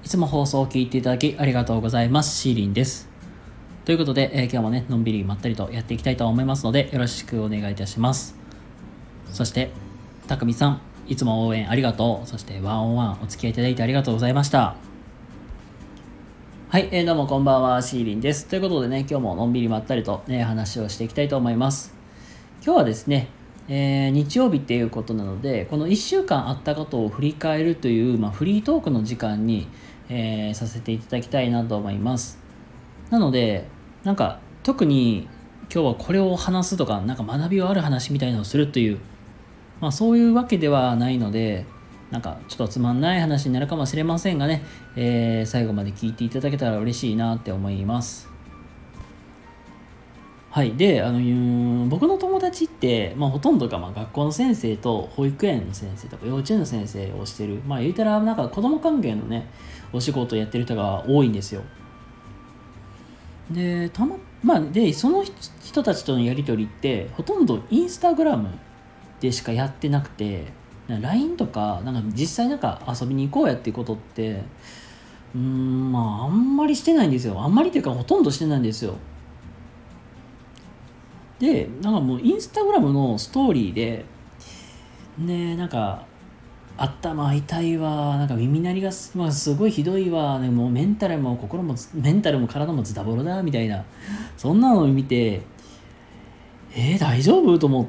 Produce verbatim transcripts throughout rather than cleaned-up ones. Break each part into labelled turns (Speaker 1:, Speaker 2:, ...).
Speaker 1: つも放送を聞いていただきありがとうございます。シーリンです。ということで、えー、今日もねのんびりまったりとやっていきたいと思いますので、よろしくお願いいたします。そしてたくみさん、いつも応援ありがとう。そしてワンオンワンお付き合いいただいてありがとうございました。はい、えー、どうもこんばんは、シーリンです。ということでね、今日ものんびりまったりとね話をしていきたいと思います。今日はですね、えー、日曜日っていうことなので、このいっしゅうかんあったことを振り返るという、まあ、フリートークの時間に、えー、させていただきたいなと思います。なのでなんか特に今日はこれを話すとか、なんか学びがある話みたいなのをするという、まあ、そういうわけではないので、なんかちょっとつまんない話になるかもしれませんがね、えー、最後まで聞いていただけたら嬉しいなって思います。はい。で、あの僕の友達って、まあ、ほとんどがまあ学校の先生と保育園の先生とか幼稚園の先生をしてる、まあ言うたらなんか子供関係のねお仕事をやってる人が多いんですよ。で、たままあでその人たちとのやり取りってほとんどインスタグラムでしかやってなくて、ライン とかなんか実際なんか遊びに行こうやっていうことってうーんまああんまりしてないんですよ。あんまりっていうかほとんどしてないんですよ。で、なんかもうインスタグラムのストーリーでね、なんか頭痛いわ、なんか耳鳴りが す,、まあ、すごいひどいわ、ね、もうメンタルも心もメンタルも体もズタボロだみたいな、そんなのを見て、えー、大丈夫と思って、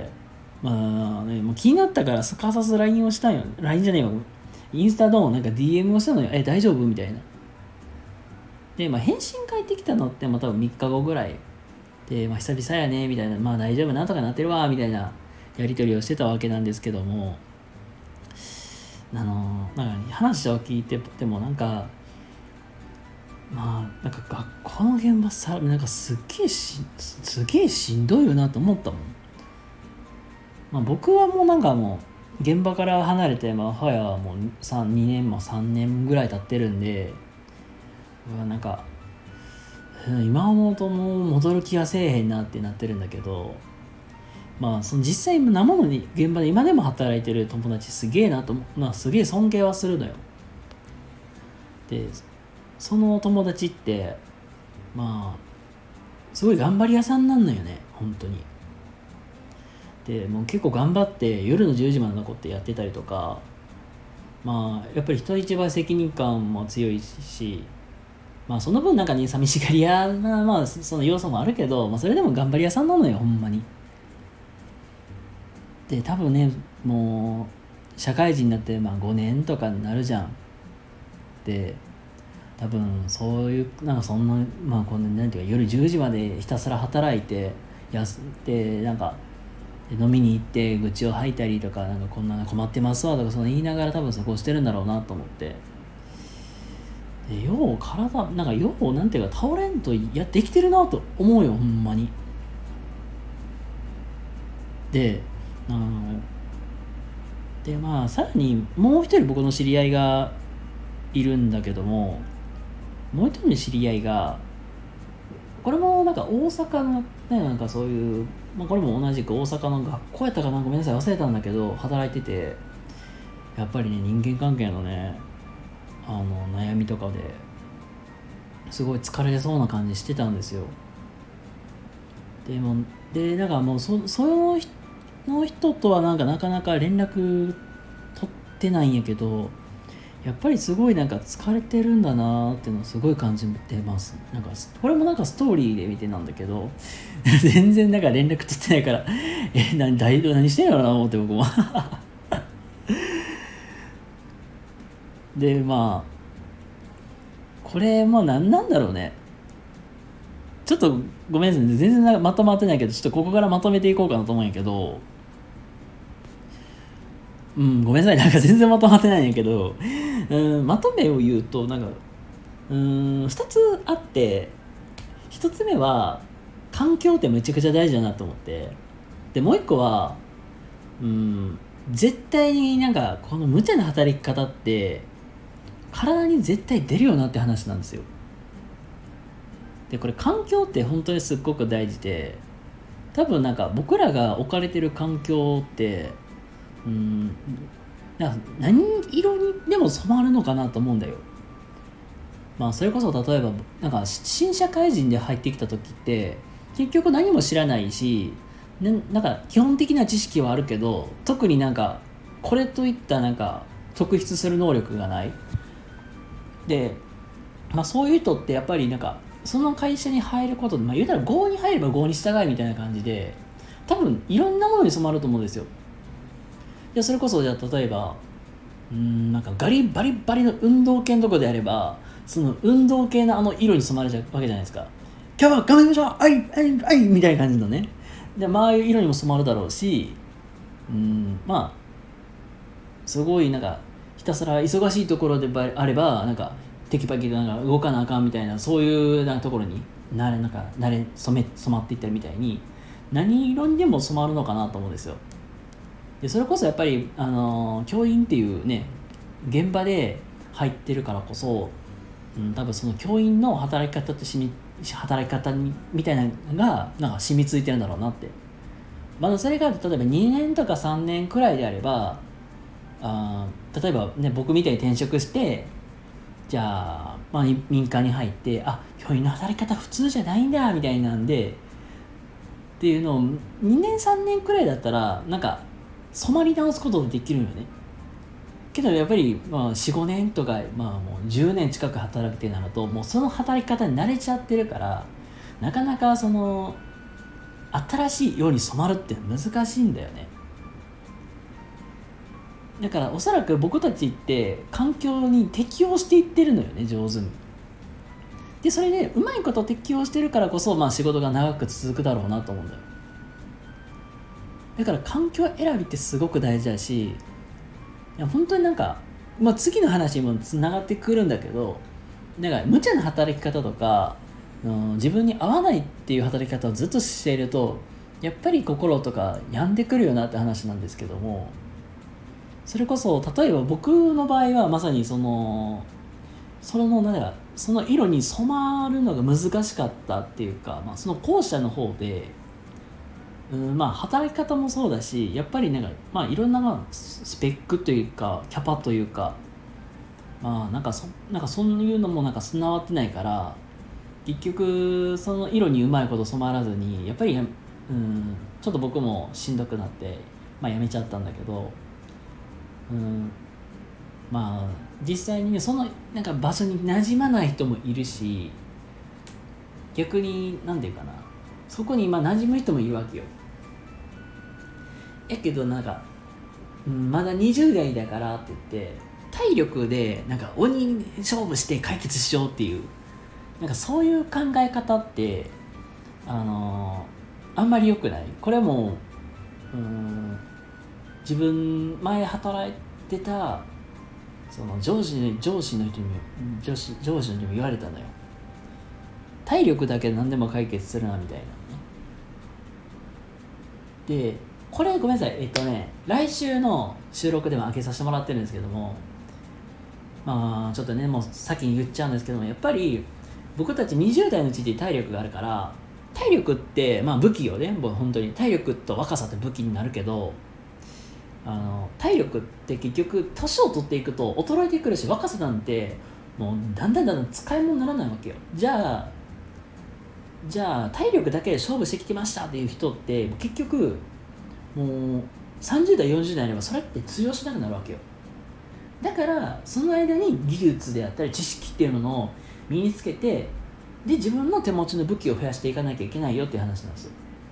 Speaker 1: まあね、もう気になったからすかさず ライン をしたんよ。 ライン じゃねえよ、インスタのなんか ディーエム をしたのよ。え大丈夫みたいな。で、まあ、返信返ってきたのってまあ多分みっかごぐらいで、まあ、久々やねみたいな、まあ大丈夫なんとかなってるわみたいなやり取りをしてたわけなんですけども、あのなんか話を聞いててもなんかまあなんか学校の現場さ、なんかすっげえしすげえしんどいよなと思ったもん。まあ、僕はもうなんかもう現場から離れて、まあ早もうにねんもさんねんぐらい経ってるんで、うわなんか今思うともう戻る気がせえへんなってなってるんだけど、まあその実際生のに現場で今でも働いてる友達すげえなと、まあ、すげえ尊敬はするのよ。でその友達ってまあすごい頑張り屋さんなんのよね本当に。でもう結構頑張って夜のじゅうじまで残ってやってたりとか、まあやっぱり人一倍責任感も強いし、まあその分なんかね寂しがり屋な、まあその要素もあるけど、まあ、それでも頑張り屋さんなのよほんまに。で多分ねもう社会人になってまあごねんとかになるじゃん。で多分そういうなんかそんなまあこのなんていうか夜じゅうじまでひたすら働いて休んでなんか飲みに行って愚痴を吐いたりとか、なんかこんな困ってますわとかその言いながら多分そこをしてるんだろうなと思って、でよう体なんかようなんていうか倒れんとやってきてるなと思うよほんまに。であのでまあさらにもう一人僕の知り合いがいるんだけども、もう一人の知り合いがこれもなんか大阪のねなんかそういう、まあ、これも同じく大阪の学校やったかな、ごめんなさい忘れたんだけど働いてて、やっぱりね人間関係のねあの悩みとかですごい疲れそうな感じしてたんですよ。でもでなんかもうそその人の人とはなんかなかなか連絡取ってないんやけど、やっぱりすごいなんか疲れてるんだなーっていうのをすごい感じてます。なんかこれもなんかストーリーで見てなんだけど全然なんか連絡取ってないからえ何大何してんやろなと思って僕もでまあこれも何なんだろうね。ちょっとごめんなさい、全然まとまってないけどちょっとここからまとめていこうかなと思うんやけど、うんごめんなさいなんか全然まとまってないんやけど、うんまとめを言うとなんかうーんふたつあって、ひとつめは環境ってめちゃくちゃ大事だなと思って、でもういっこはうん絶対になんかこの無茶な働き方って体に絶対出るよなって話なんですよ。でこれ環境って本当にすっごく大事で、多分なんか僕らが置かれてる環境ってうんなんか何色にでも染まるのかなと思うんだよ。 まあそれこそ例えばなんか新社会人で入ってきた時って結局何も知らないし、ね、なんか基本的な知識はあるけど特になんかこれといったなんか特筆する能力がないで、まあ、そういう人ってやっぱりなんかその会社に入ることで、まあ、言うたら郷に入れば郷に従いみたいな感じで多分いろんなものに染まると思うんですよ。でそれこそじゃあ例えばうーんなんかガリバリバリの運動系のとこであればその運動系のあの色に染まるわけじゃないですか。今日は頑張りましょうあいあいあいみたいな感じのね。でまああいう色にも染まるだろうし、うーんまあすごいなんかひたすら忙しいところであればなんかテキパキでなんか動かなあかんみたいなそういうなんかところになれなんかなれ染め染まっていったみたいに何色にでも染まるのかなと思うんですよ。でそれこそやっぱり、あのー教員っていうね現場で入ってるからこそ、うん、多分その教員の働き方としみ働き方にみたいなのがなんか染みついてるんだろうなって。まあ、それが例えばにねんとかさんねんくらいであればあ例えばね僕みたいに転職してじゃあ、まあ、民間に入ってあ教員の働き方普通じゃないんだみたいなんでっていうのをにねんさんねんくらいだったらなんか染まり直すことができるよね。けどやっぱり、まあ、よん、ごねんとか、まあ、もうじゅうねん近く働くってなるともうその働き方に慣れちゃってるからなかなかその新しいように染まるって難しいんだよね。だからおそらく僕たちって環境に適応していってるのよね上手に。でそれでうまいこと適応してるからこそ、まあ、仕事が長く続くだろうなと思うんだよ。だから環境選びってすごく大事だしいや本当になんか、まあ、次の話にもつながってくるんだけどなんか無茶な働き方とか、うん、自分に合わないっていう働き方をずっとしているとやっぱり心とか病んでくるよなって話なんですけども、それこそ例えば僕の場合はまさにそのそのなんだその色に染まるのが難しかったっていうか、まあ、その後者の方で、うんまあ、働き方もそうだしやっぱりなんか、まあ、いろんな、まあ、スペックというかキャパというか、まあ、なんかそなんかそういうのもなんか備わってないから結局その色にうまいこと染まらずにやっぱり、うん、ちょっと僕もしんどくなって、まあ、やめちゃったんだけど、うん、まあ実際にねそのなんか場所に馴染まない人もいるし逆に何て言うかなそこに今馴染む人もいるわけよ。やけどなんか、うん、まだにじゅう代だからって言って体力でなんか鬼勝負して解決しようっていうなんかそういう考え方ってあのー、あんまり良くない。これもうーん自分前働いてたその上司の上司の人にも上司上司の人にも言われたのよ。体力だけで何でも解決するなみたいなね。でこれごめんなさいえっとね来週の収録でも開けさせてもらってるんですけども、まあちょっとねもう先に言っちゃうんですけどもやっぱり僕たちにじゅう代のうちに体力があるから体力ってまあ武器よね。もう本当に体力と若さって武器になるけどあの体力って結局年を取っていくと衰えてくるし若さなんてもうだんだんだんだん使い物にならないわけよ。じゃあじゃあ体力だけで勝負してきてましたっていう人って結局もうさんじゅう代よんじゅう代になればそれって通用しなくなるわけよ。だからその間に技術であったり知識っていうのを身につけてで自分の手持ちの武器を増やしていかなきゃいけないよっていう話なんですよ。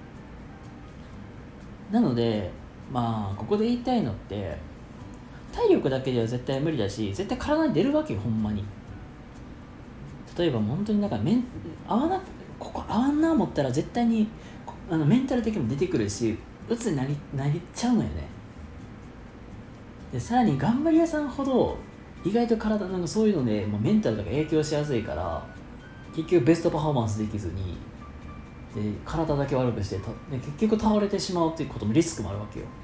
Speaker 1: なのでまあここで言いたいのって体力だけでは絶対無理だし絶対体に出るわけよほんまに。例えば本当になんかメン合わなここ合わんな思ったら絶対にあのメンタル的にも出てくるし鬱になりなりちゃうのよね。でさらに頑張り屋さんほど意外と体なんかそういうのでもうメンタルとか影響しやすいから結局ベストパフォーマンスできずにで体だけ悪くしてたで結局倒れてしまうっていうこともリスクもあるわけよ。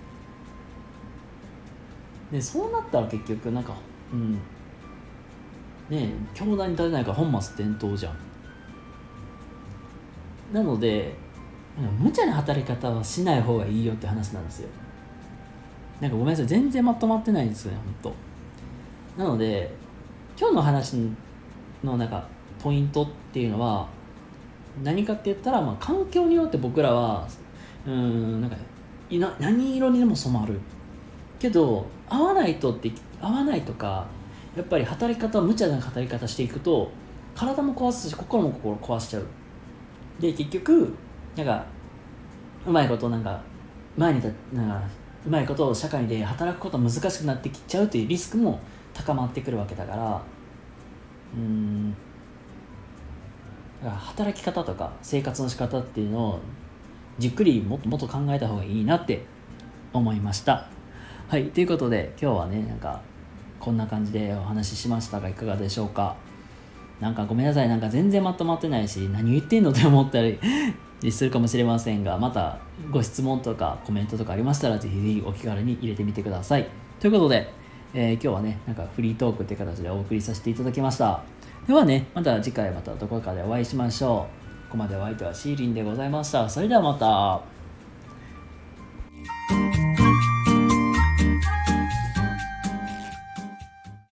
Speaker 1: でそうなったら結局なんかうんねえ強打に立てないから本末転倒じゃん。なので無茶な働き方はしない方がいいよって話なんですよ。なんかごめんなさい全然まとまってないんですよねほんと。なので今日の話のなんかポイントっていうのは何かって言ったら、まあ、環境によって僕らはうーんなんかいな何色にでも染まるけど、合わないとって合わないとか、やっぱり働き方無茶な働き方していくと体も壊すし心も心壊しちゃう。で結局なんかうまいことなんか前にたなんかうまいこと社会で働くこと難しくなってきちゃうというリスクも高まってくるわけだから、うーんだから働き方とか生活の仕方っていうのをじっくりもっともっと考えた方がいいなって思いました。はい、ということで今日はねなんかこんな感じでお話ししましたがいかがでしょうか。なんかごめんなさい、なんか全然まとまってないし何言ってんのって思ったりするかもしれませんが、またご質問とかコメントとかありましたらぜひぜひお気軽に入れてみてください。ということで、えー今日はねなんかフリートークって形でお送りさせていただきました。ではねまた次回またどこかでお会いしましょう。ここまでお相手はシーリンでございました。それではまた。